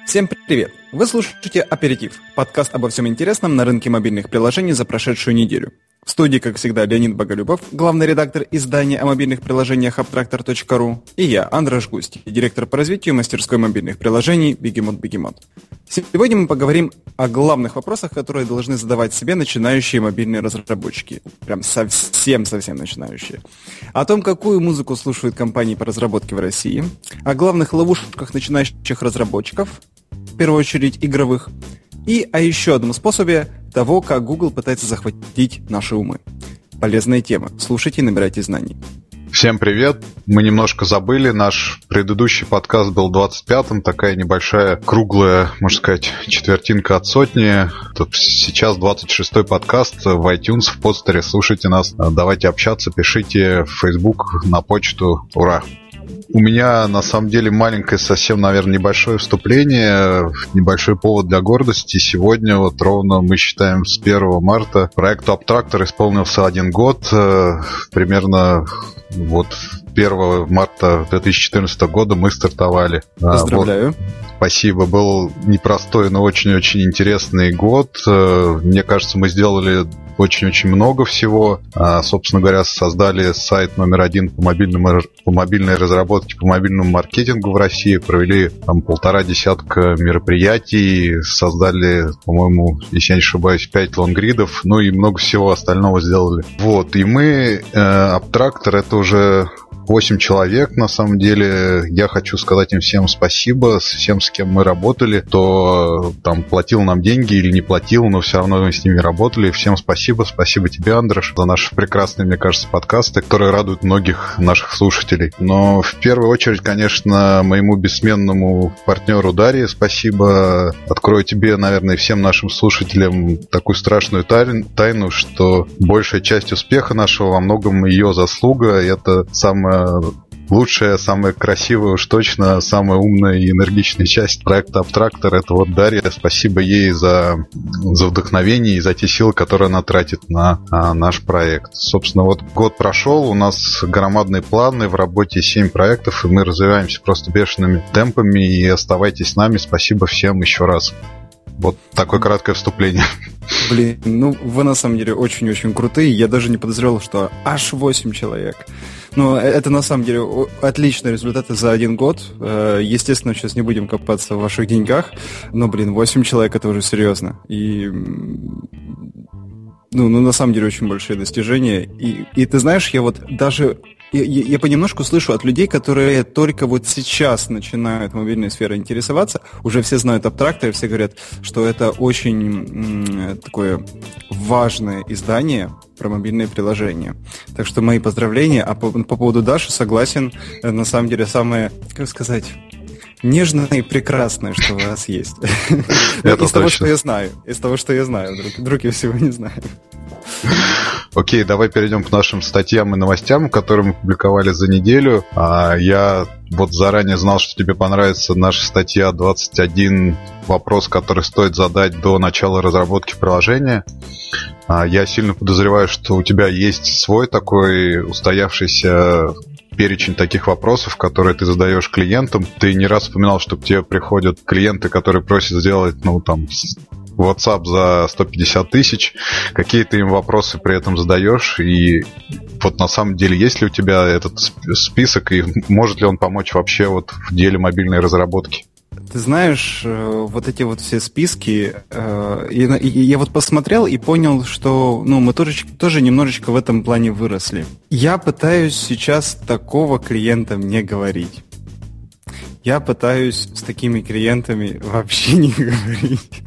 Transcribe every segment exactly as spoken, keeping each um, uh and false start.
Всем привет! Вы слушаете «Аперитив» – подкаст обо всем интересном на рынке мобильных приложений за прошедшую неделю. В студии, как всегда, Леонид Боголюбов, главный редактор издания о мобильных приложениях абтрактор точка ру, и я, Андрей Жгустий, директор по развитию мастерской мобильных приложений Бегемот Бегемот. Сегодня мы поговорим о главных вопросах, которые должны задавать себе начинающие мобильные разработчики. Прям совсем-совсем начинающие. О том, какую музыку слушают компании по разработке в России, о главных ловушках начинающих разработчиков, в первую очередь игровых, и о еще одном способе того, как Google пытается захватить наши умы. Полезная тема. Слушайте и набирайте знаний. Всем привет. Мы немножко забыли. Наш предыдущий подкаст был двадцать пятым. Такая небольшая, круглая, можно сказать, четвертинка от сотни. Тут сейчас двадцать шестой подкаст в iTunes, в подстере. Слушайте нас. Давайте общаться. Пишите в Facebook, на почту. Ура! У меня, на самом деле, маленькое, совсем, наверное, небольшое вступление, небольшой повод для гордости. Сегодня, вот ровно, мы считаем, с первого марта проекту Abtractor исполнился один год. Примерно вот первого марта две тысячи четырнадцатого года мы стартовали. Поздравляю. Вот. Спасибо. Был непростой, но очень-очень интересный год. Мне кажется, мы сделали очень-очень много всего. Собственно говоря, создали сайт номер один по, мобильному, по мобильной разработке, по мобильному маркетингу в России. Провели там полтора десятка мероприятий. Создали, по-моему, если я не ошибаюсь, пять лонгридов. Ну и много всего остального сделали. Вот. И мы, Abtractor, это уже восемь человек, на самом деле. Я хочу сказать им всем спасибо, всем, с кем мы работали, кто там платил нам деньги или не платил, но все равно мы с ними работали. Всем спасибо. Спасибо тебе, Андреш, за наши прекрасные, мне кажется, подкасты, которые радуют многих наших слушателей. Но в первую очередь, конечно, моему бессменному партнеру Дарье спасибо. Открою тебе, наверное, и всем нашим слушателям такую страшную тайну, что большая часть успеха нашего во многом ее заслуга. Это самое лучшая, самая красивая, уж точно, самая умная и энергичная часть проекта Abtractor — это вот Дарья. Спасибо ей за, за вдохновение и за те силы, которые она тратит на а, наш проект. Собственно, вот год прошел, у нас громадные планы, в работе семь проектов, и мы развиваемся просто бешеными темпами, и оставайтесь с нами. Спасибо всем еще раз. Вот такое краткое вступление. Блин, ну вы на самом деле очень-очень крутые. Я даже не подозревал, что аж восемь человек. Ну, это на самом деле отличные результаты за один год. Естественно, сейчас не будем копаться в ваших деньгах, но, блин, восемь человек — это уже серьезно. И, ну, ну на самом деле очень большие достижения. И, и ты знаешь, я вот даже... Я, я понемножку слышу от людей, которые только вот сейчас начинают мобильной сферой интересоваться, уже все знают Abtractor, все говорят, что это очень м, такое важное издание про мобильные приложения. Так что мои поздравления. А по, по поводу Даши согласен, на самом деле самое, как сказать, нежное и прекрасное, что у вас есть. Из того, что я знаю. Из того, что я знаю. Вдруг я всего не знаю. Окей, давай перейдем к нашим статьям и новостям, которые мы публиковали за неделю. Я вот заранее знал, что тебе понравится наша статья двадцать один вопрос, который стоит задать до начала разработки приложения. Я сильно подозреваю, что у тебя есть свой такой устоявшийся перечень таких вопросов, которые ты задаешь клиентам. Ты не раз вспоминал, что к тебе приходят клиенты, которые просят сделать, ну, там, WhatsApp за сто пятьдесят тысяч. Какие ты им вопросы при этом задаешь? И вот на самом деле, есть ли у тебя этот список, и может ли он помочь вообще вот в деле мобильной разработки? Ты знаешь, вот эти вот все списки, я вот посмотрел и понял, что ну, мы тоже, тоже немножечко в этом плане выросли. Я пытаюсь сейчас такого клиентам не говорить. Я пытаюсь с такими клиентами вообще не говорить.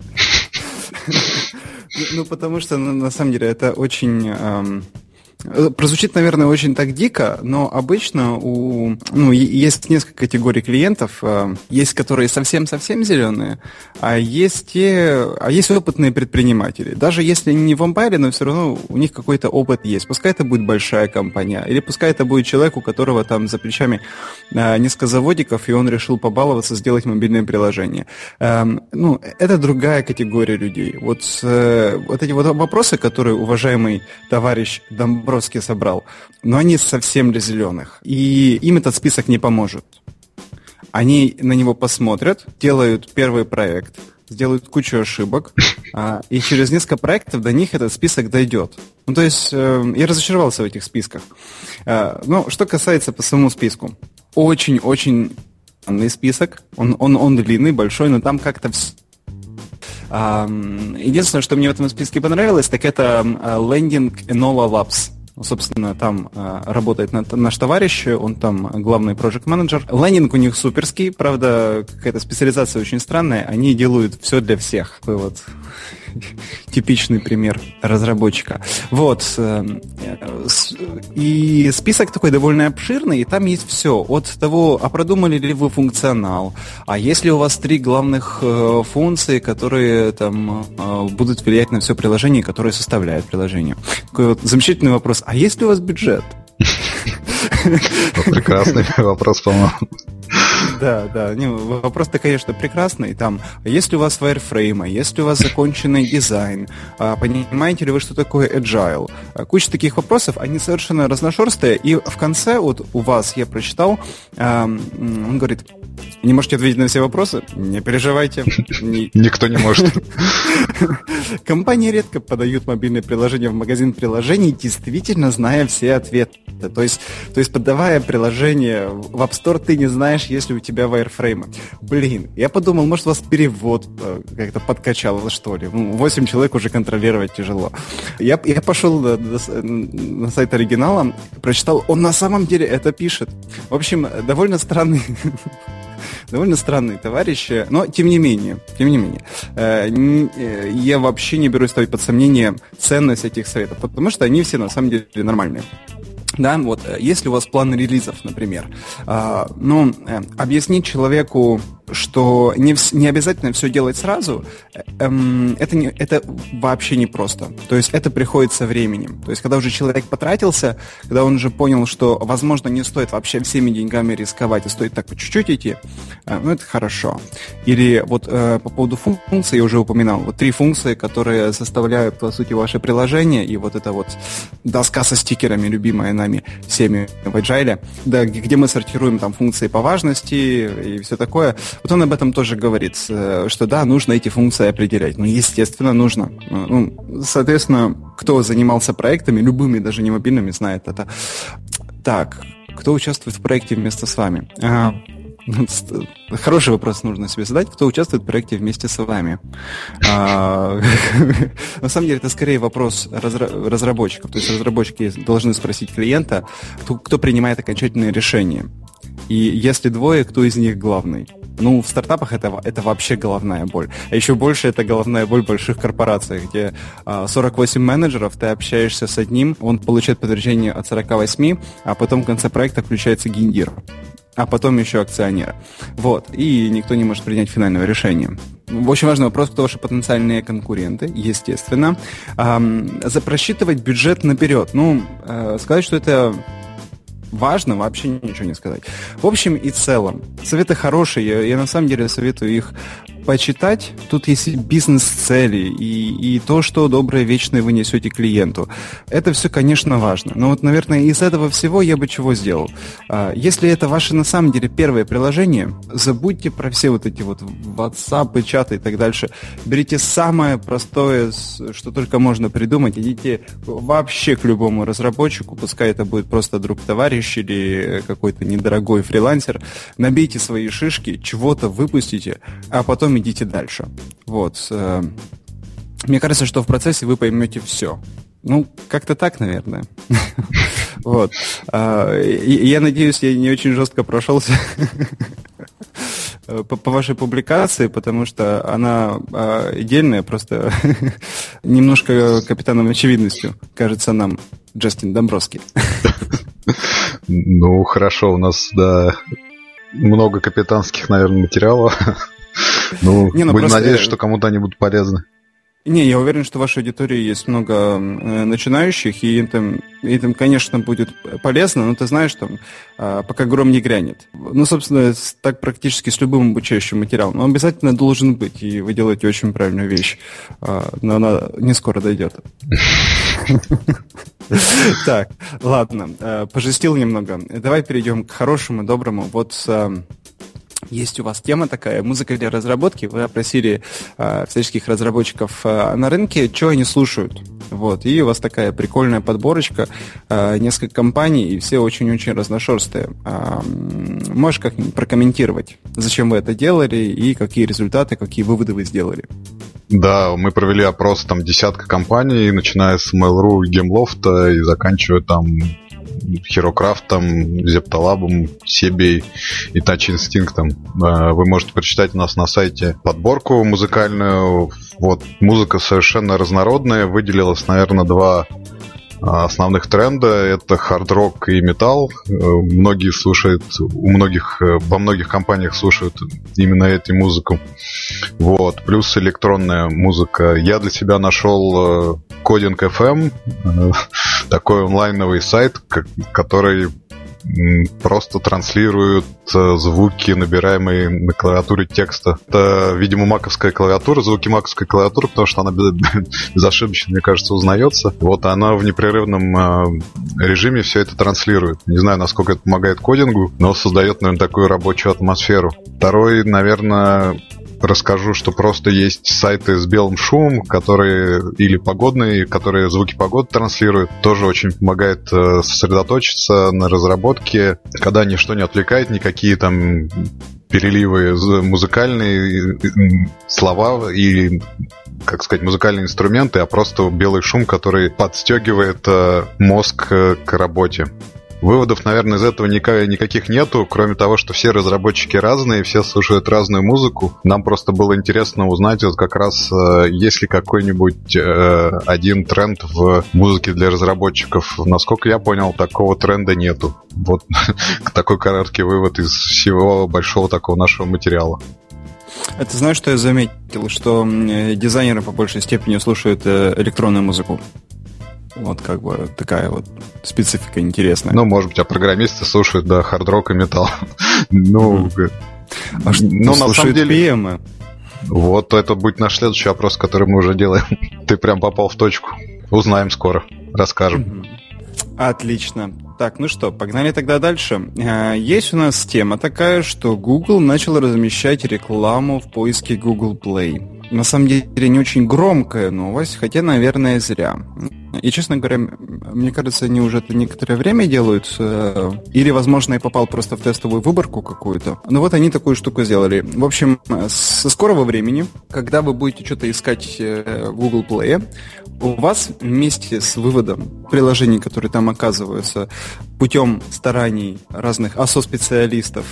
Ну, потому что, на самом деле, это очень... Прозвучит, наверное, очень так дико, но обычно у, ну, есть несколько категорий клиентов. Есть, которые совсем-совсем зеленые, а есть те, а есть опытные предприниматели. Даже если они не вампиры, но все равно у них какой-то опыт есть. Пускай это будет большая компания, или пускай это будет человек, у которого там за плечами несколько заводиков, и он решил побаловаться, сделать мобильное приложение. Ну, это другая категория людей. Вот, вот эти вот вопросы, которые уважаемый товарищ Домбровский собрал, но они совсем для зеленых. И им этот список не поможет. Они на него посмотрят, делают первый проект, сделают кучу ошибок, а, и через несколько проектов до них этот список дойдет. Ну, то есть, э, я разочаровался в этих списках. А, ну, что касается по самому списку. Очень-очень длинный список. Он, он, он длинный, большой, но там как-то... Вс... А, единственное, что мне в этом списке понравилось, так это лендинг Enola Labs. Собственно, там э, работает наш товарищ, он там главный проект-менеджер. Лендинг у них суперский, правда, какая-то специализация очень странная. Они делают все для всех. Такой вот типичный пример разработчика. Вот. И список такой довольно обширный, и там есть все. От того, а продумали ли вы функционал, а есть ли у вас три главных э, функции, которые там э, будут влиять на все приложение, которое составляет приложение. Такой вот замечательный вопрос. А есть ли у вас бюджет? Прекрасный вопрос, по-моему. Да, да, не, вопрос-то, конечно, прекрасный. Там, есть ли у вас wireframe, есть ли у вас законченный дизайн, понимаете ли вы, что такое agile? Куча таких вопросов, они совершенно разношерстные, и в конце, вот у вас я прочитал, он говорит, не можете ответить на все вопросы? Не переживайте. Никто не может. Компании редко подают мобильные приложения в магазин приложений, действительно зная все ответы. То есть, то есть подавая приложение в App Store, ты не знаешь, есть ли у тебя wireframe. Блин, я подумал, может, у вас перевод как-то подкачало, что ли. Восемь человек уже контролировать тяжело. Я, я пошел на, на сайт оригинала, прочитал, он на самом деле это пишет. В общем, довольно странный... Довольно странные товарищи, но тем не менее, тем не менее, э, я вообще не беру ставить под сомнение ценность этих советов, потому что они все на самом деле нормальные. Да, вот, если у вас план релизов, например, э, ну, э, объяснить человеку, что не, в, не обязательно все делать сразу, э, э, это, не, это вообще непросто. То есть это приходит со временем. То есть когда уже человек потратился, когда он уже понял, что, возможно, не стоит вообще всеми деньгами рисковать, и стоит так по чуть-чуть идти, э, ну, это хорошо. Или вот э, по поводу функций я уже упоминал. Вот три функции, которые составляют, по сути, ваше приложение, и вот это вот доска со стикерами, любимая нами всеми в Agile, да, где мы сортируем там функции по важности и все такое. Вот он об этом тоже говорит, что да, нужно эти функции определять. Ну, естественно, нужно. Ну, соответственно, кто занимался проектами, любыми, даже не мобильными, знает это. Так, кто участвует в проекте вместе с вами? Ага. Хороший вопрос нужно себе задать. Кто участвует в проекте вместе с вами? На самом деле, это скорее вопрос разработчиков. То есть разработчики должны спросить клиента, кто принимает окончательное решение. И если двое, кто из них главный? Ну, в стартапах это, это вообще головная боль. А еще больше это головная боль в больших корпорациях, где сорок восемь менеджеров, ты общаешься с одним, он получает подтверждение от сорок восемь, а потом в конце проекта включается гендир. А потом еще акционеры. Вот. И никто не может принять финального решения. Очень важный вопрос, кто ваши потенциальные конкуренты, естественно. Эм, запросчитывать бюджет наперед. Ну, э, сказать, что это важно, вообще ничего не сказать. В общем и целом, советы хорошие. Я, я на самом деле советую их почитать. Тут есть бизнес-цели и, и то, что доброе вечное вы несете клиенту. Это все, конечно, важно. Но вот, наверное, из этого всего я бы чего сделал. Если это ваше, на самом деле, первое приложение, забудьте про все вот эти вот WhatsApp, чаты и так дальше. Берите самое простое, что только можно придумать. Идите вообще к любому разработчику, пускай это будет просто друг-товарищ или какой-то недорогой фрилансер. Набейте свои шишки, чего-то выпустите, а потом идите дальше. Вот. Мне кажется, что в процессе вы поймете все. Ну, как-то так, наверное. Вот. Я надеюсь, я не очень жестко прошелся по вашей публикации, потому что она идеальная, просто немножко капитаном очевидностью, кажется нам, Джастин Домбровский. Ну, хорошо, у нас, да, много капитанских, наверное, материалов. Ну, не, ну будем просто... надеяться, что кому-то они будут полезны. Не, я уверен, что в вашей аудитории есть много э, начинающих, и им, им, конечно, будет полезно, но ты знаешь, там, э, пока гром не грянет. Ну, собственно, так практически с любым обучающим материалом. Он обязательно должен быть, и вы делаете очень правильную вещь. Э, но она не скоро дойдет. Так, ладно, пожестил немного. Давай перейдем к хорошему, доброму. Вот... есть у вас тема такая, музыка для разработки, вы опросили э, всяческих разработчиков э, на рынке, что они слушают. Вот, и у вас такая прикольная подборочка, э, несколько компаний, и все очень-очень разношерстные. Э, можешь как-нибудь прокомментировать, зачем вы это делали, и какие результаты, какие выводы вы сделали? Да, мы провели опрос там десятка компаний, начиная с Mail.ru, Gameloft и заканчивая там HeroCraft'ом, Zeptolab'ом, Себей и Touch Instinct'ом. Вы можете прочитать у нас на сайте подборку музыкальную. Вот, музыка совершенно разнородная. Выделилось, наверное, два основных тренда. Это хард-рок и металл. Многие слушают, у многих, во многих компаниях слушают именно эту музыку. Вот. Плюс электронная музыка. Я для себя нашел Coding эф эм, такой онлайновый сайт, который просто транслирует звуки, набираемые на клавиатуре текста. Это, видимо, маковская клавиатура, звуки маковской клавиатуры, потому что она безошибочно, мне кажется, узнается. Вот она в непрерывном режиме все это транслирует. Не знаю, насколько это помогает кодингу, но создает, наверное, такую рабочую атмосферу. Второй, наверное, расскажу, что просто есть сайты с белым шумом, которые или погодные, которые звуки погоды транслируют. Тоже очень помогает сосредоточиться на разработке, когда ничто не отвлекает, никакие там переливы музыкальные слова и, как сказать, музыкальные инструменты, а просто белый шум, который подстегивает мозг к работе. Выводов, наверное, из этого никаких нету, кроме того, что все разработчики разные, все слушают разную музыку. Нам просто было интересно узнать, вот как раз есть ли какой-нибудь э, один тренд в музыке для разработчиков. Насколько я понял, такого тренда нету. Вот такой короткий вывод из всего большого такого нашего материала. А ты знаешь, что я заметил? Что дизайнеры по большей степени слушают электронную музыку. Вот как бы такая вот специфика интересная. Ну, может быть, а программисты слушают, да, хард-рок и металл. Ну, а что на самом деле... пи эм? Вот это будет наш следующий вопрос, который мы уже делаем. Ты прям попал в точку. Узнаем скоро, расскажем. Отлично. Так, ну что, погнали тогда дальше. Есть у нас тема такая, что Google начал размещать рекламу в поиске Google Play. На самом деле не очень громкая новость, хотя, наверное, зря. И, честно говоря, мне кажется, они уже это некоторое время делают. Или, возможно, я попал просто в тестовую выборку какую-то. Но вот они такую штуку сделали. В общем, со скорого времени, когда вы будете что-то искать в Google Play, у вас вместе с выводом приложений, которые там оказываются, путем стараний разных эй эс о-специалистов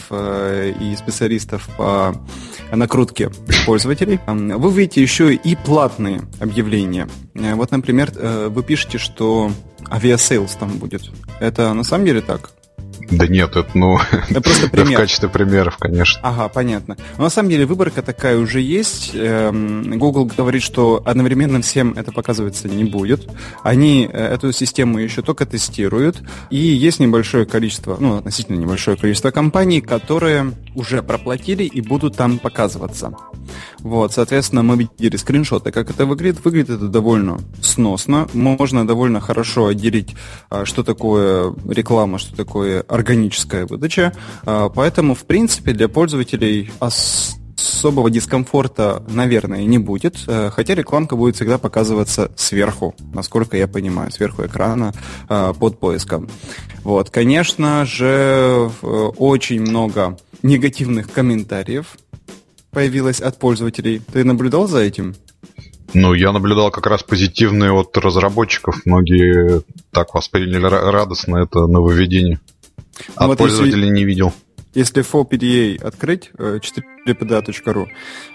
и специалистов по накрутке пользователей, вы увидите еще и платные объявления. Вот, например, вы пишете, что авиасейлс там будет. Это на самом деле так? Да нет, это, ну, это просто пример. В качестве примеров, конечно. Ага, понятно. Но на самом деле выборка такая уже есть. Google говорит, что одновременно всем это показываться не будет. Они эту систему еще только тестируют. И есть небольшое количество, ну, относительно небольшое количество компаний, которые уже проплатили и будут там показываться. Вот, соответственно, мы видели скриншоты, как это выглядит. Выглядит это довольно сносно. Можно довольно хорошо отделить, что такое реклама, что такое органическая выдача. Поэтому, в принципе, для пользователей особого дискомфорта, наверное, не будет. Хотя рекламка будет всегда показываться сверху, насколько я понимаю, сверху экрана под поиском. Вот, конечно же, очень много негативных комментариев появилось от пользователей. Ты наблюдал за этим? Ну, я наблюдал как раз позитивные от разработчиков. Многие так восприняли радостно это нововведение. От вот пользователей если, не видел. Если эф о пи ди эй открыть, четыре пи ди эй точка ру,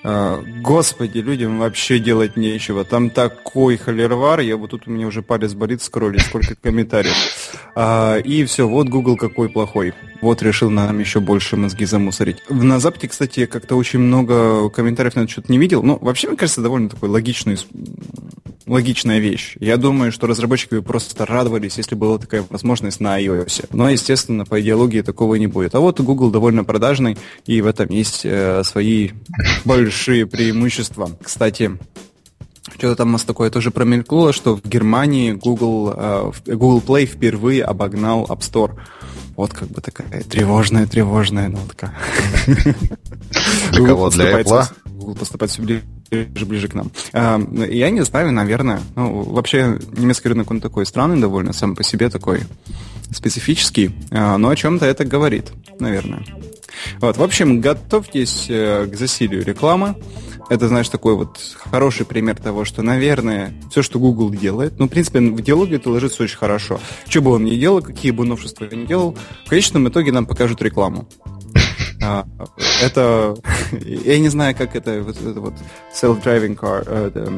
господи, людям вообще делать нечего. Там такой холервар, я вот тут у меня уже палец болит скроллить, сколько комментариев. И все, вот Google какой плохой. Вот решил нам еще больше мозги замусорить. На Западе, кстати, как-то очень много комментариев на это что-то не видел. Ну, вообще, мне кажется, довольно такой логичный, логичная вещь. Я думаю, что разработчики бы просто радовались, если была такая возможность на iOS. Но, естественно, по идеологии такого не будет. А вот Google довольно продажный, и в этом есть э, свои большие преимущества. Кстати, Что-то там у нас такое тоже промелькнуло, что в Германии Google, э, Google Play впервые обогнал App Store. Вот как бы такая тревожная-тревожная нотка. Для кого? Для Apple? Google поступает все ближе, ближе к нам. А, я не знаю, наверное. Ну, вообще, немецкий рынок, он такой странный довольно, сам по себе такой специфический, а, но о чем-то это говорит, наверное. Вот, в общем, готовьтесь к засилию рекламы. Это, знаешь, такой вот хороший пример того, что, наверное, все, что Google делает, ну, в принципе, в идеологию это ложится очень хорошо. Что бы он ни делал, какие бы новшества ни делал, в конечном итоге нам покажут рекламу. Это, я не знаю, как это, вот, это вот self-driving car, это,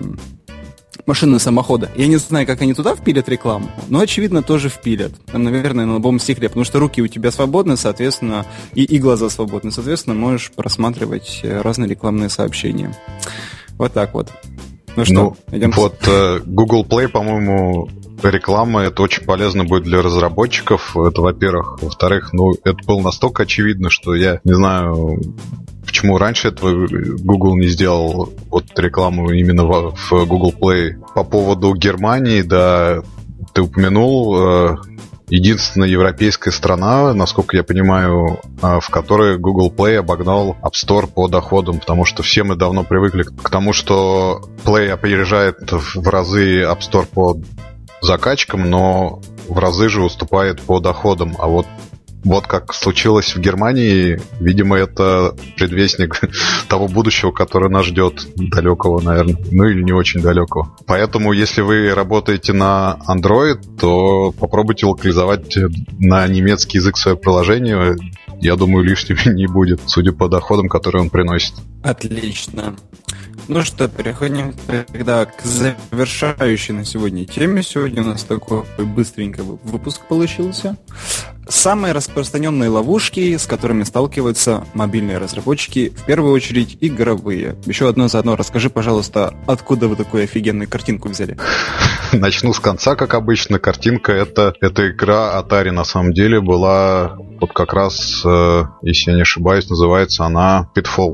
машины самохода. Я не знаю, как они туда впилят рекламу, но, очевидно, тоже впилят. Там, наверное, на любом стекле, потому что руки у тебя свободны, соответственно, и, и глаза свободны. Соответственно, можешь просматривать разные рекламные сообщения. Вот так вот. Ну что, ну, идем. Вот э, Google Play, по-моему, реклама, это очень полезно будет для разработчиков. Это, во-первых. Во-вторых, ну, это было настолько очевидно, что я не знаю, почему раньше этого Google не сделал вот рекламу именно в, в Google Play. По поводу Германии, да, ты упомянул, э, единственная европейская страна, насколько я понимаю, э, в которой Google Play обогнал App Store по доходам, потому что все мы давно привыкли к тому, что Play опережает в разы App Store по закачкам, но в разы же уступает по доходам. А вот Вот как случилось в Германии, видимо, это предвестник того будущего, которое нас ждет, далекого, наверное, ну или не очень далекого. Поэтому, если вы работаете на Android, то попробуйте локализовать на немецкий язык свое приложение. Я думаю, лишним не будет, судя по доходам, которые он приносит. Отлично. Ну что, переходим тогда к завершающей на сегодня теме. Сегодня у нас такой быстренький выпуск получился. Самые распространенные ловушки, с которыми сталкиваются мобильные разработчики, в первую очередь игровые. Еще одно заодно расскажи, пожалуйста, откуда вы такую офигенную картинку взяли? Начну с конца, как обычно. Картинка это, это игра Atari, на самом деле, была вот как раз, э, если я не ошибаюсь, называется она Pitfall.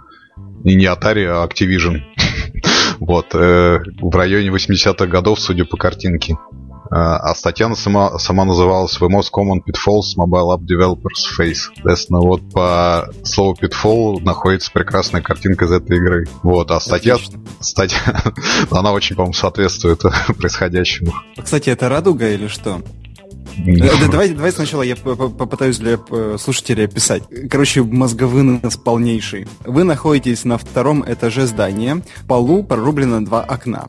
И не Atari, а Activision. Вот, э, в районе восьмидесятых годов, судя по картинке. А статья сама, сама называлась The Most Common Pitfalls Mobile App Developers Face. Соответственно, вот по слову Pitfall находится прекрасная картинка из этой игры. Вот, а статья, статья она очень, по-моему, соответствует происходящему. Кстати, это радуга или что? Давай, давай сначала я попытаюсь для слушателей описать. Короче, мозговынос полнейший. Вы находитесь на втором этаже здания. В полу прорублено два окна.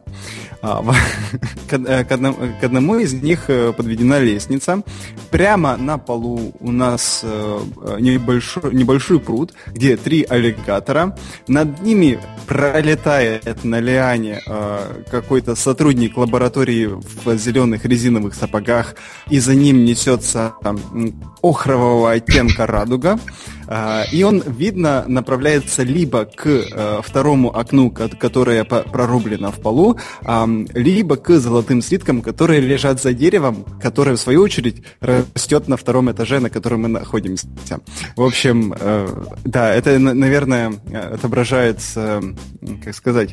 К одному из них подведена лестница. Прямо на полу у нас небольшой, небольшой пруд, где три аллигатора. Над ними пролетает на лиане какой-то сотрудник лаборатории в зеленых резиновых сапогах, и за ним несется там, охрового оттенка радуга. И он, видно, направляется либо к второму окну, которое прорублено в полу, либо к золотым слиткам, которые лежат за деревом, которое, в свою очередь, растет на втором этаже, на котором мы находимся. В общем, да, это, наверное, отображает, как сказать...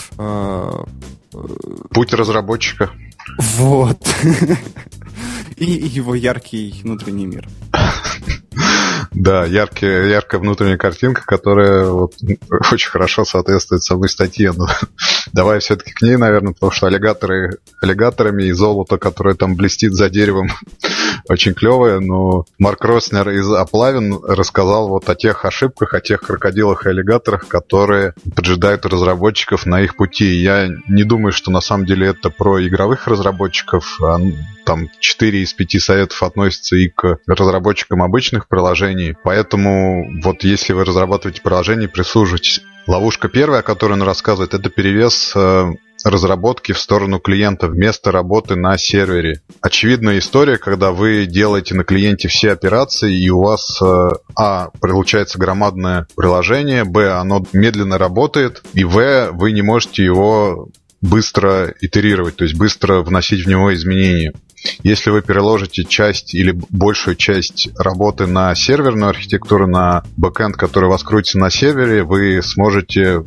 Путь разработчика. Вот. И его яркий внутренний мир. Да, яркая, яркая внутренняя картинка, которая вот, очень хорошо соответствует самой статье. Но давай все-таки к ней, наверное, потому что аллигаторы аллигаторами и золото, которое там блестит за деревом, очень клевое. Но Марк Роснер из Аплавин рассказал вот о тех ошибках, о тех крокодилах и аллигаторах, которые поджидают разработчиков на их пути. Я не думаю, что на самом деле это про игровых разработчиков. А, там четыре из пяти советов относятся и к разработчикам обычных приложений. Поэтому вот если вы разрабатываете приложение, прислушивайтесь. Ловушка первая, о которой он рассказывает, это перевес э, разработки в сторону клиента вместо работы на сервере. Очевидная история, когда вы делаете на клиенте все операции, и у вас э, а, получается громадное приложение, б, оно медленно работает, и в, вы не можете его быстро итерировать, то есть быстро вносить в него изменения. Если вы переложите часть или большую часть работы на серверную архитектуру, на бэкэнд, который у вас крутится на сервере, вы сможете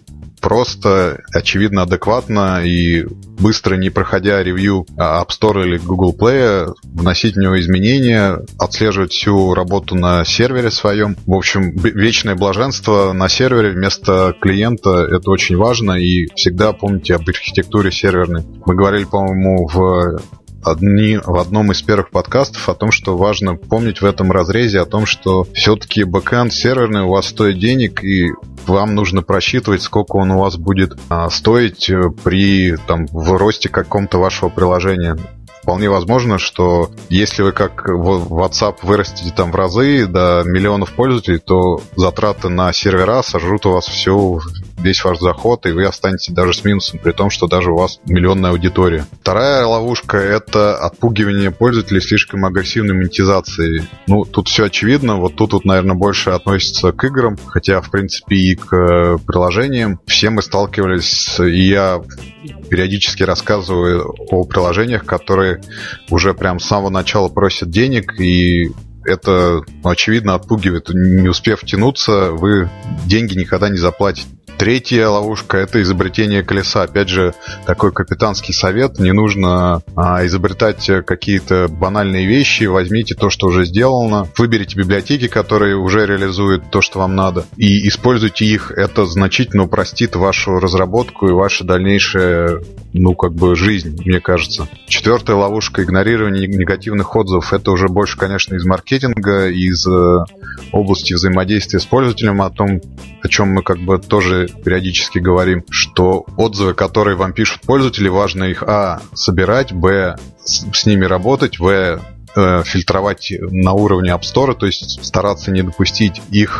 просто, очевидно, адекватно и быстро, не проходя ревью App Store или Google Play, вносить в него изменения, отслеживать всю работу на сервере своем. В общем, вечное блаженство на сервере вместо клиента — это очень важно, и всегда помните об архитектуре серверной. Мы говорили, по-моему, в Одни, в одном из первых подкастов о том, что важно помнить в этом разрезе о том, что все-таки бэкэнд серверный у вас стоит денег, и вам нужно просчитывать, сколько он у вас будет а, стоить при там, в росте каком-то вашего приложения. Вполне возможно, что если вы как WhatsApp вырастете там в разы до миллионов пользователей, то затраты на сервера сожрут у вас все, весь ваш заход, и вы останетесь даже с минусом, при том, что даже у вас миллионная аудитория. Вторая ловушка — это отпугивание пользователей слишком агрессивной монетизацией. Ну, тут все очевидно. Вот тут, вот, наверное, больше относится к играм, хотя, в принципе, и к приложениям. Все мы сталкивались, и я периодически рассказываю о приложениях, которые уже прям с самого начала просят денег, и это, ну, очевидно, отпугивает. Не успев втянуться, вы деньги никогда не заплатите. Третья ловушка — это изобретение колеса. Опять же, такой капитанский совет. Не нужно а, изобретать какие-то банальные вещи. Возьмите то, что уже сделано. Выберите библиотеки, которые уже реализуют то, что вам надо. И используйте их. Это значительно упростит вашу разработку и вашу дальнейшую, ну, как бы, жизнь, мне кажется. Четвертая ловушка — игнорирование негативных отзывов. Это уже больше, конечно, из маркетинга, из э, области взаимодействия с пользователем, о том, о чем мы как бы тоже периодически говорим, что отзывы, которые вам пишут пользователи, важно их, а, собирать, б, с, с ними работать, в, э, фильтровать на уровне App Store, то есть стараться не допустить их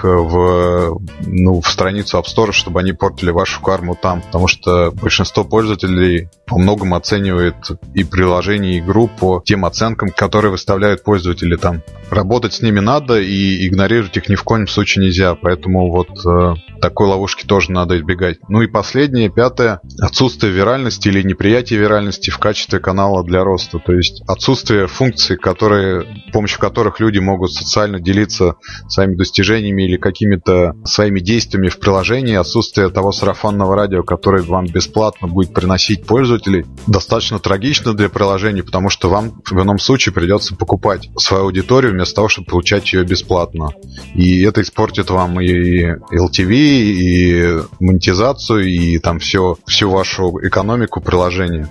в, ну, в страницу App Store, чтобы они портили вашу карму там, потому что большинство пользователей по многому оценивает и приложение, и игру по тем оценкам, которые выставляют пользователи там. Работать с ними надо, и игнорировать их ни в коем случае нельзя, поэтому вот э, такой ловушки тоже надо избегать. Ну и последнее, пятое, отсутствие виральности или неприятие виральности в качестве канала для роста, то есть отсутствие функций, которые, с помощью которых люди могут социально делиться своими достижениями или какими-то своими действиями в приложении, отсутствие того сарафанного радио, которое вам бесплатно будет приносить пользователей, достаточно трагично для приложений, потому что вам в ином случае придется покупать свою аудиторию вместо того, чтобы получать ее бесплатно. И это испортит вам и эл ти ви, и монетизацию, и там все, всю вашу экономику приложения.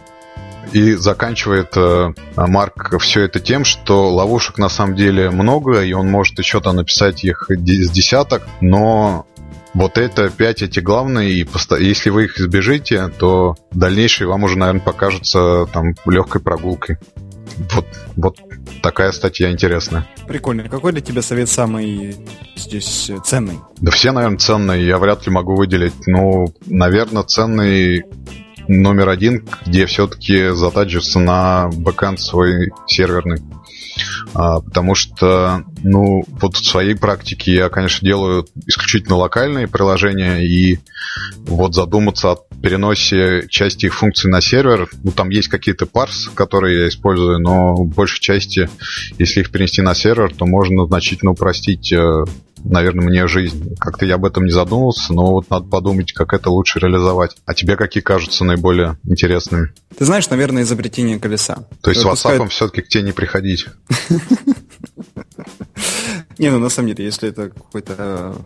И заканчивает э, Марк все это тем, что ловушек на самом деле много, и он может еще там написать их с десяток, но вот это пять эти главные, и поста- если вы их избежите, то дальнейшие вам уже, наверное, покажутся там легкой прогулкой. Вот, вот такая статья интересная. Прикольно. Какой для тебя совет самый здесь ценный? Да все, наверное, ценные. Я вряд ли могу выделить. Ну, наверное, ценный номер один, где все-таки затачиваться на бэкэнд свой серверный. А, потому что, ну, вот в своей практике я, конечно, делаю исключительно локальные приложения, и вот задуматься о переносе части их функций на сервер, ну, там есть какие-то парс, которые я использую, но в большей части, если их перенести на сервер, то можно значительно упростить, наверное, мне жизнь. Как-то я об этом не задумывался, но вот надо подумать, как это лучше реализовать. А тебе какие кажутся наиболее интересными? Ты знаешь, наверное, изобретение колеса. То есть с WhatsApp все-таки к тебе не приходить? Не, ну на самом деле, если это какой-то...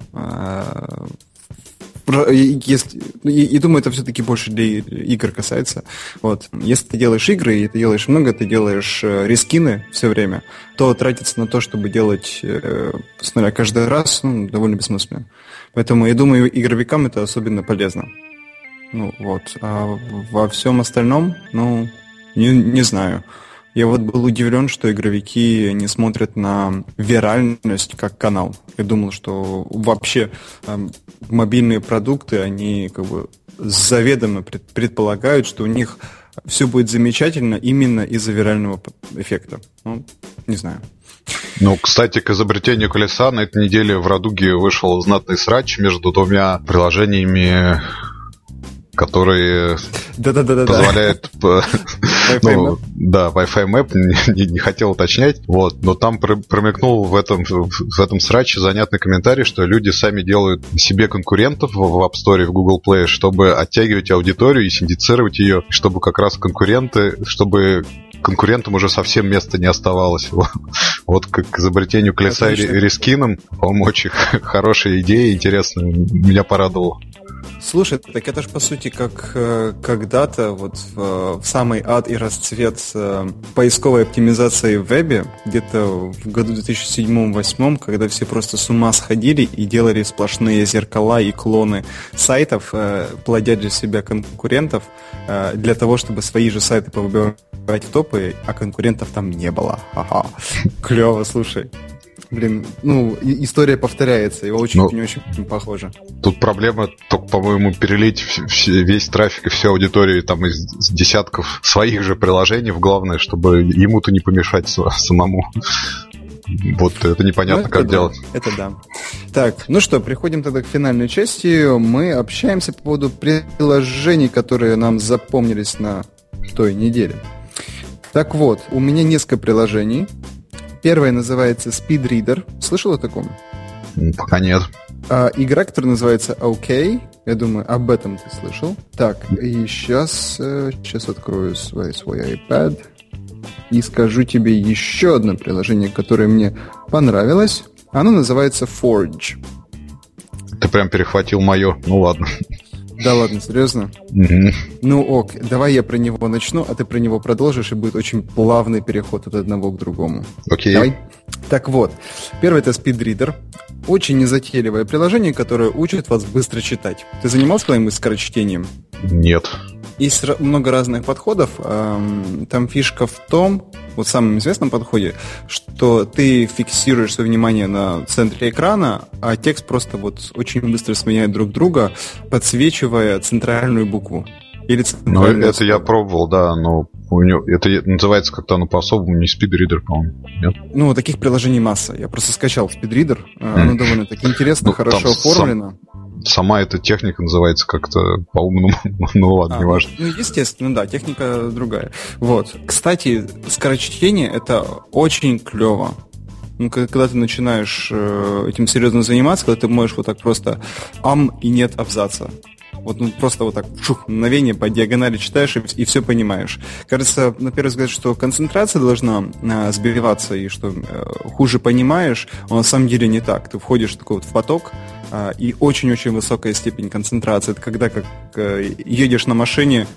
Если, и, и думаю, это все-таки больше для игр касается. Вот. Если ты делаешь игры, и ты делаешь много, ты делаешь э, рескины все время, то тратиться на то, чтобы делать э, с нуля каждый раз, ну, довольно бессмысленно. Поэтому я думаю, игровикам это особенно полезно. Ну вот. А во всем остальном, ну, не, не знаю. Я вот был удивлен, что игровики не смотрят на виральность как канал. Я думал, что вообще э, мобильные продукты, они как бы заведомо пред, предполагают, что у них все будет замечательно именно из-за вирального эффекта. Ну, не знаю. Ну, кстати, к изобретению колеса на этой неделе в Радуге вышел знатный срач между двумя приложениями, которые Да-да-да-да-да. позволяют ну, да, Wi-Fi Map, не, не хотел уточнять, вот, но там промелькнул в этом, в этом сраче занятный комментарий, что люди сами делают себе конкурентов в App Store, в Google Play, чтобы оттягивать аудиторию и синдицировать ее, чтобы как раз конкуренты, чтобы конкурентам уже совсем места не оставалось. Вот как к изобретению колеса и рескином, по-моему, очень хорошая идея, интересная, меня порадовало. Слушай, так это же по сути как э, когда-то вот в, в самый ад и расцвет э, поисковой оптимизации в вебе, где-то в году две тысячи седьмом-две тысячи восьмом, когда все просто с ума сходили и делали сплошные зеркала и клоны сайтов, э, плодя для себя конкурентов, э, для того, чтобы свои же сайты повыбивать в топы, а конкурентов там не было. Ага. Клево, слушай. Блин, ну, и, история повторяется, и очень-очень ну, похоже. Тут проблема только, по-моему, перелить в, в, весь трафик и всю аудиторию там из, из десятков своих же приложений в главное, чтобы ему-то не помешать самому. Вот это непонятно, ну, как да, делать. Это да. Так, ну что, приходим тогда к финальной части. Мы общаемся по поводу приложений, которые нам запомнились на той неделе. Так вот, у меня несколько приложений. Первое называется Speedreader. Слышал о таком? Пока нет. А, игра, которая называется OK. Я думаю, об этом ты слышал. Так, и сейчас, сейчас открою свой, свой iPad и скажу тебе еще одно приложение, которое мне понравилось. Оно называется Forge. Ты прям перехватил мое. Ну ладно. Да ладно, серьезно? Угу. Ну ок, давай я про него начну, а ты про него продолжишь, и будет очень плавный переход от одного к другому. Окей. Давай. Так вот, первое это Speedreader. Очень незатейливое приложение, которое учит вас быстро читать. Ты занимался когда-нибудь скорочтением? Нет. Есть много разных подходов. Там фишка в том, вот в самом известном подходе, что ты фиксируешь свое внимание на центре экрана, а текст просто вот очень быстро сменяет друг друга, подсвечивая центральную букву. Или центральную ну, это слово. Я пробовал, да, но у него, это называется как-то оно по-особому, не Speedreader, по-моему. Нет? Ну, таких приложений масса. Я просто скачал Speedreader. Mm. Оно довольно-таки интересно, ну, хорошо оформлено. Сам, сама эта техника называется как-то по-умному. Ну ладно, а, неважно. Ну, естественно, да, техника другая. Вот. Кстати, скорочтение — это очень клево. Ну, когда ты начинаешь э, этим серьезно заниматься, когда ты можешь вот так просто ам и нет абзаца. Вот ну, просто вот так, шух, мгновение по диагонали читаешь и, и все понимаешь. Кажется, на первый взгляд, что концентрация должна а, сбиваться и что а, хуже понимаешь, но на самом деле не так. Ты входишь такой вот в поток, а, и очень-очень высокая степень концентрации. Это когда как а, едешь на машине,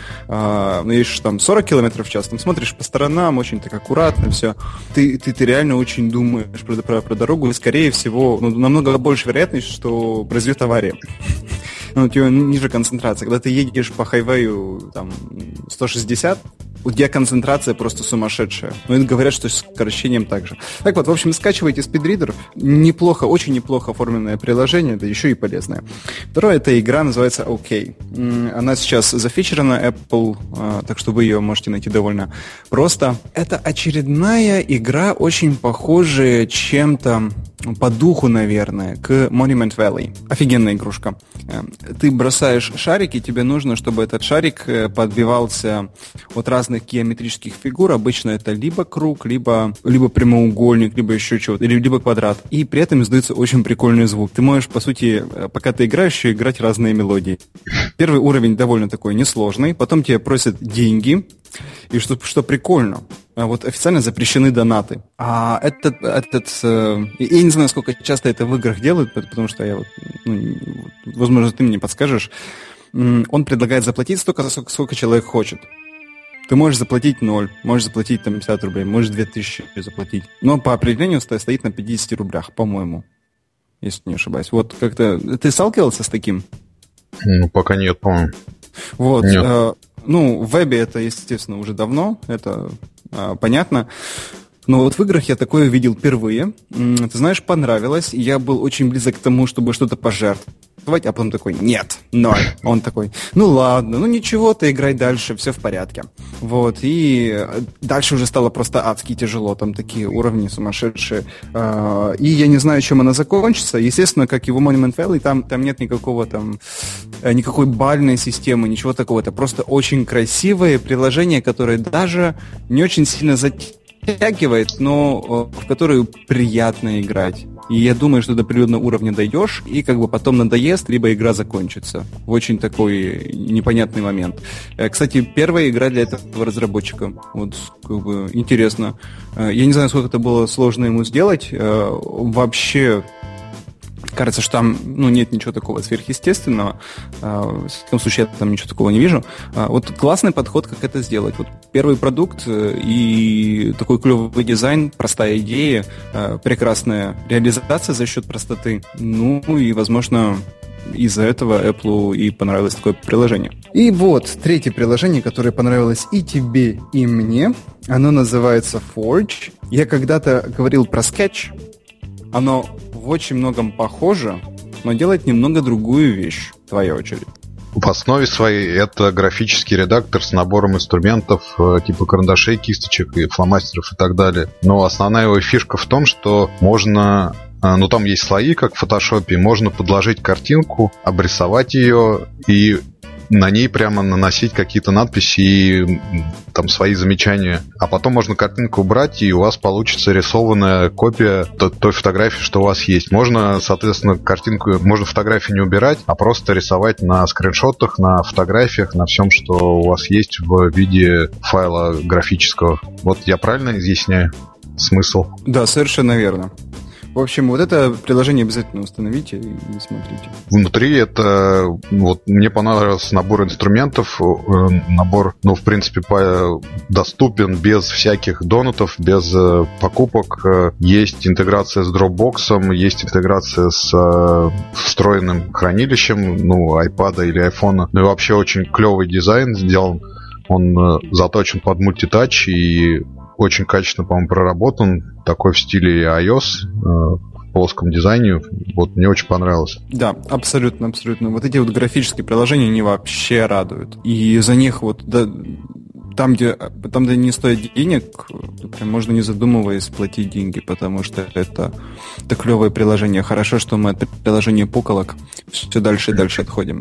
а, едешь там сорок километров в час, там смотришь по сторонам, очень так аккуратно все. Ты, ты, ты реально очень думаешь про, про, про дорогу, и скорее всего, ну, намного больше вероятность, что произойдет авария. Ну, у тебя ниже концентрация. Когда ты едешь по хайвею там, сто шестьдесят, у тебя концентрация просто сумасшедшая. Ну, и говорят, что с скорочтением так же. Так вот, в общем, скачивайте Speedreader. Неплохо, очень неплохо оформленное приложение, да еще и полезное. Второе, это игра, называется OK. Она сейчас зафичерена Apple, так что вы ее можете найти довольно просто. Это очередная игра, очень похожая чем-то по духу, наверное, к Monument Valley. Офигенная игрушка. Ты бросаешь шарик, и тебе нужно, чтобы этот шарик подбивался от разных геометрических фигур. Обычно это либо круг, либо, либо прямоугольник, либо еще чего-то, или либо квадрат. И при этом издается очень прикольный звук. Ты можешь, по сути, пока ты играешь, еще играть разные мелодии. Первый уровень довольно такой несложный. Потом тебе просят деньги. И что, что прикольно, вот официально запрещены донаты. А этот, этот э, я не знаю, сколько часто это в играх делают, потому что я вот, ну, возможно, ты мне подскажешь. Он предлагает заплатить столько, сколько, сколько человек хочет. Ты можешь заплатить ноль, можешь заплатить там пятьдесят рублей, можешь две тысячи заплатить. Но по определению стоит на пятидесяти рублях, по-моему, если не ошибаюсь. Вот как-то ты сталкивался с таким? Ну, пока нет, по-моему. Вот. Нет. Э, ну, в вебе это, естественно, уже давно, это э, понятно. Но вот в играх я такое видел впервые. Ты знаешь, понравилось. Я был очень близок к тому, чтобы что-то пожертвовать, а потом такой, нет, ноль. Он такой, ну ладно, ну ничего, ты играй дальше, все в порядке. Вот, и дальше уже стало просто адски тяжело, там такие уровни сумасшедшие. И я не знаю, чем она закончится. Естественно, как и в Monument Valley, там, там нет никакого там никакой бальной системы, ничего такого. Это просто очень красивое приложение, которое даже не очень сильно затягивает, но в которое приятно играть. И я думаю, что до определенного уровня дойдешь, и как бы потом надоест, либо игра закончится. В очень такой непонятный момент. Кстати, первая игра для этого разработчика. Вот, как бы, интересно. Я не знаю, сколько это было сложно ему сделать. Вообще, кажется, что там ну, нет ничего такого сверхъестественного. В таком случае я там ничего такого не вижу. Вот классный подход, как это сделать. Вот первый продукт и такой клевый дизайн, простая идея, прекрасная реализация за счет простоты. Ну и, возможно, из-за этого Apple и понравилось такое приложение. И вот третье приложение, которое понравилось и тебе, и мне. Оно называется Forge. Я когда-то говорил про Sketch. Оно в очень многом похоже, но делает немного другую вещь. Твоя очередь. В основе своей это графический редактор с набором инструментов типа карандашей, кисточек и фломастеров и так далее. Но основная его фишка в том, что можно... Ну, там есть слои, как в фотошопе. Можно подложить картинку, обрисовать ее и на ней прямо наносить какие-то надписи и там свои замечания. А потом можно картинку убрать, и у вас получится рисованная копия той фотографии, что у вас есть. Можно, соответственно, картинку, можно фотографию не убирать, а просто рисовать на скриншотах, на фотографиях, на всем, что у вас есть в виде файла графического. Вот я правильно изъясняю смысл? Да, совершенно верно. В общем, вот это приложение обязательно установите и смотрите. Внутри это... Вот мне понравился набор инструментов. Набор, ну, в принципе, доступен без всяких донатов, без покупок. Есть интеграция с Dropbox, есть интеграция с встроенным хранилищем, ну, iPad или iPhone. Ну и вообще очень клевый дизайн сделан. Он заточен под мультитач и очень качественно, по-моему, проработан. Такой в стиле iOS, э, в плоском дизайне. Вот мне очень понравилось. Да, абсолютно, абсолютно. Вот эти вот графические приложения, они вообще радуют. И за них вот... Да, там, где, там, где не стоит денег, прям можно не задумываясь платить деньги, потому что это, это клевое приложение. Хорошо, что мы от приложения пуколок все дальше и дальше отходим.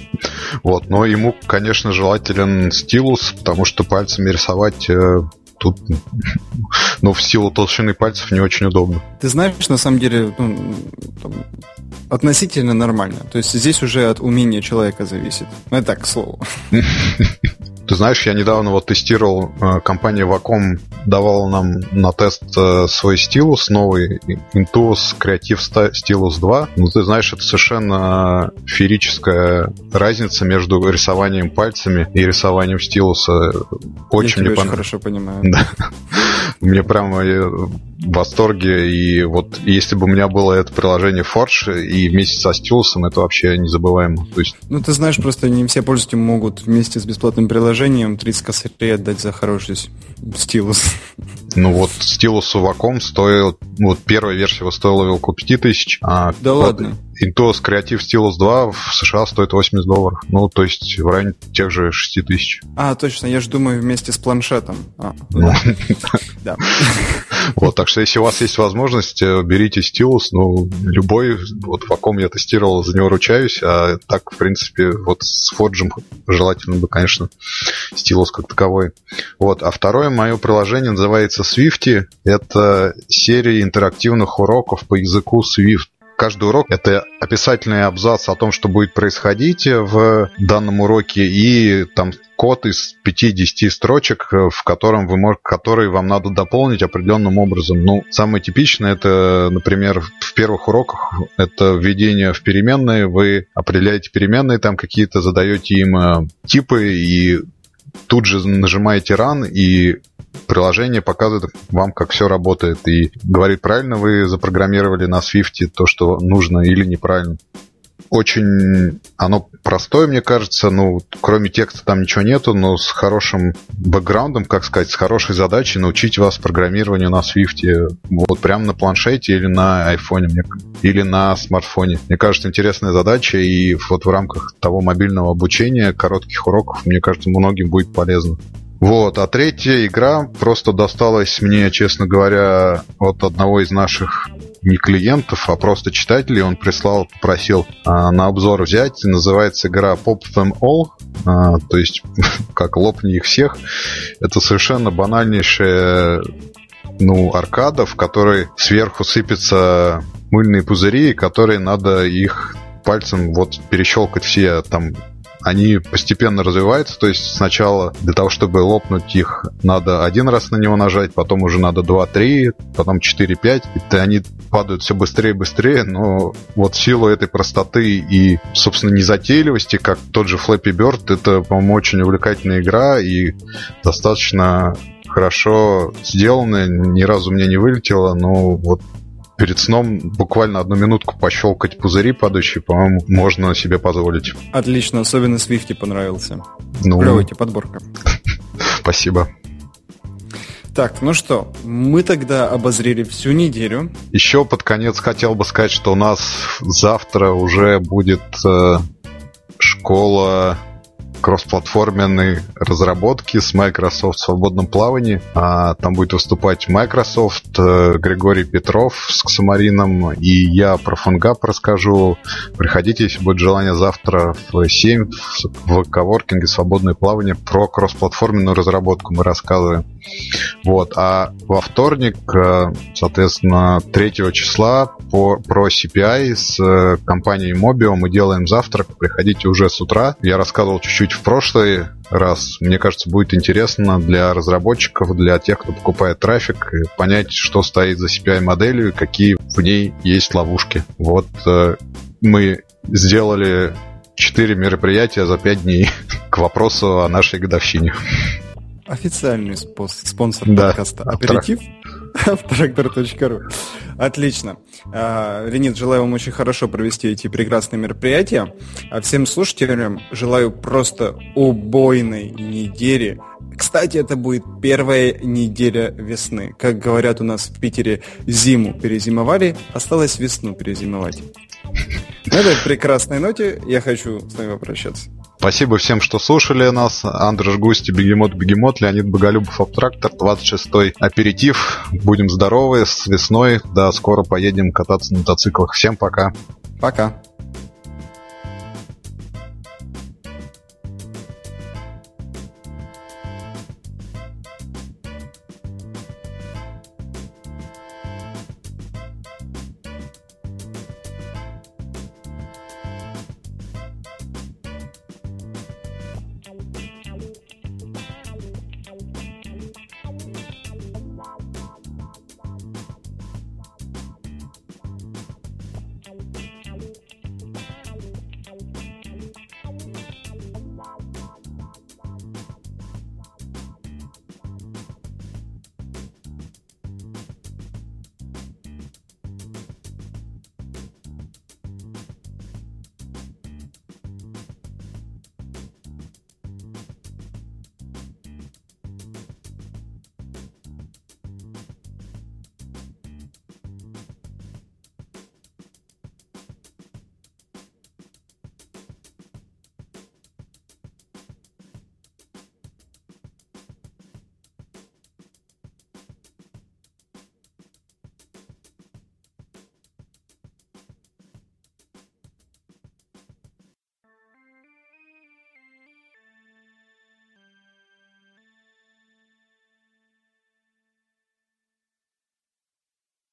Вот, но ему, конечно, желателен стилус, потому что пальцами рисовать... Э, Тут, ну, в силу толщины пальцев не очень удобно. Ты знаешь, на самом деле, ну, там, относительно нормально. То есть здесь уже от умения человека зависит. Ну, это так, к слову. Ты знаешь, я недавно вот тестировал, компания Wacom давала нам на тест свой стилус новый, Intuos Creative Stylus два. Ну, ты знаешь, это совершенно феерическая разница между рисованием пальцами и рисованием стилуса. Очень я мне тебя очень хорошо понимаю. Да. Мне прямо в восторге. И вот если бы у меня было это приложение Forge и вместе со стилусом, это вообще незабываемо. То есть... Ну, ты знаешь, просто не все пользователи могут вместе с бесплатным приложением тридцать косарей отдать за хороший стилус. Ну вот стилус Wacom стоил, вот первая версия его стоила около пять тысяч. А да ладно. Intuos Creative Stylus два в США стоит восемьдесят долларов. Ну, то есть в районе тех же шесть тысяч. А, точно, я же думаю вместе с планшетом. А, ну. Да. Вот, так что если у вас есть возможность, берите стилус, ну, любой, вот Wacom я тестировал, за него ручаюсь, а так, в принципе, вот с Forge желательно бы, конечно, стилус как таковой. Вот, а второе мое приложение называется Swifty. Это серия интерактивных уроков по языку Swift. Каждый урок — это описательный абзац о том, что будет происходить в данном уроке, и там код из пяти-десяти строчек, в котором вы можете, которые вам надо дополнить определенным образом. Ну, самое типичное — это, например, в первых уроках это введение в переменные. Вы определяете переменные, там какие-то, задаете им типы, и тут же нажимаете Run, и приложение показывает вам, как все работает, и говорит, правильно вы запрограммировали на Swift то, что нужно, или неправильно. Очень оно простое, мне кажется, ну, кроме текста там ничего нету, но с хорошим бэкграундом, как сказать, с хорошей задачей научить вас программированию на Swift, вот прямо на планшете или на айфоне, или на смартфоне. Мне кажется, интересная задача, и вот в рамках того мобильного обучения, коротких уроков, мне кажется, многим будет полезно. Вот, а третья игра просто досталась мне, честно говоря, от одного из наших не клиентов, а просто читателей. Он прислал, попросил а, на обзор взять. Называется игра Pop Them All, а, то есть как лопни их всех. Это совершенно банальнейшая, ну, аркада, в которой сверху сыпятся мыльные пузыри, которые надо их пальцем вот перещелкать все там. Они постепенно развиваются, то есть сначала для того, чтобы лопнуть их, надо один раз на него нажать, потом уже надо два-три, потом четыре-пять, и они падают все быстрее и быстрее, но вот в силу этой простоты и, собственно, незатейливости, как тот же Flappy Bird, это, по-моему, очень увлекательная игра и достаточно хорошо сделанная, ни разу мне не вылетело, но вот перед сном буквально одну минутку пощелкать пузыри падающие, по-моему, можно себе позволить. Отлично, особенно Свифти понравился. Ну... Клевая подборка. Спасибо. Так, ну что, мы тогда обозрели всю неделю. Еще под конец хотел бы сказать, что у нас завтра уже будет э, школа кроссплатформенной разработки с Microsoft в свободном плавании. А, там будет выступать Microsoft, э, Григорий Петров с Ксамарином, и я про фангап расскажу. Приходите, если будет желание, завтра в семь в коворкинге «Свободное плавание» про кроссплатформенную разработку мы рассказываем. Вот. А во вторник, э, соответственно, третьего числа по, про си пи ай с э, компанией Mobio мы делаем завтрак. Приходите уже с утра. Я рассказывал чуть-чуть в прошлый раз. Мне кажется, будет интересно для разработчиков, для тех, кто покупает трафик, понять, что стоит за си пи ай-моделью и какие в ней есть ловушки. Вот э, мы сделали четыре мероприятия за пять дней к вопросу о нашей годовщине. Официальный спос- спонсор да, подкаста «Аперитив» авторактор точка ру. Отлично. Леонид, желаю вам очень хорошо провести эти прекрасные мероприятия. А всем слушателям желаю просто убойной недели. Кстати, это будет первая неделя весны. Как говорят у нас в Питере, зиму перезимовали, осталось весну перезимовать. На этой прекрасной ноте я хочу с вами попрощаться. Спасибо всем, что слушали нас. Андрей Густи, Бегемот, Бегемот, Леонид Боголюбов, Абтрактор, двадцать шестой аперитив. Будем здоровы, с весной. Да, скоро поедем кататься на мотоциклах. Всем пока. Пока.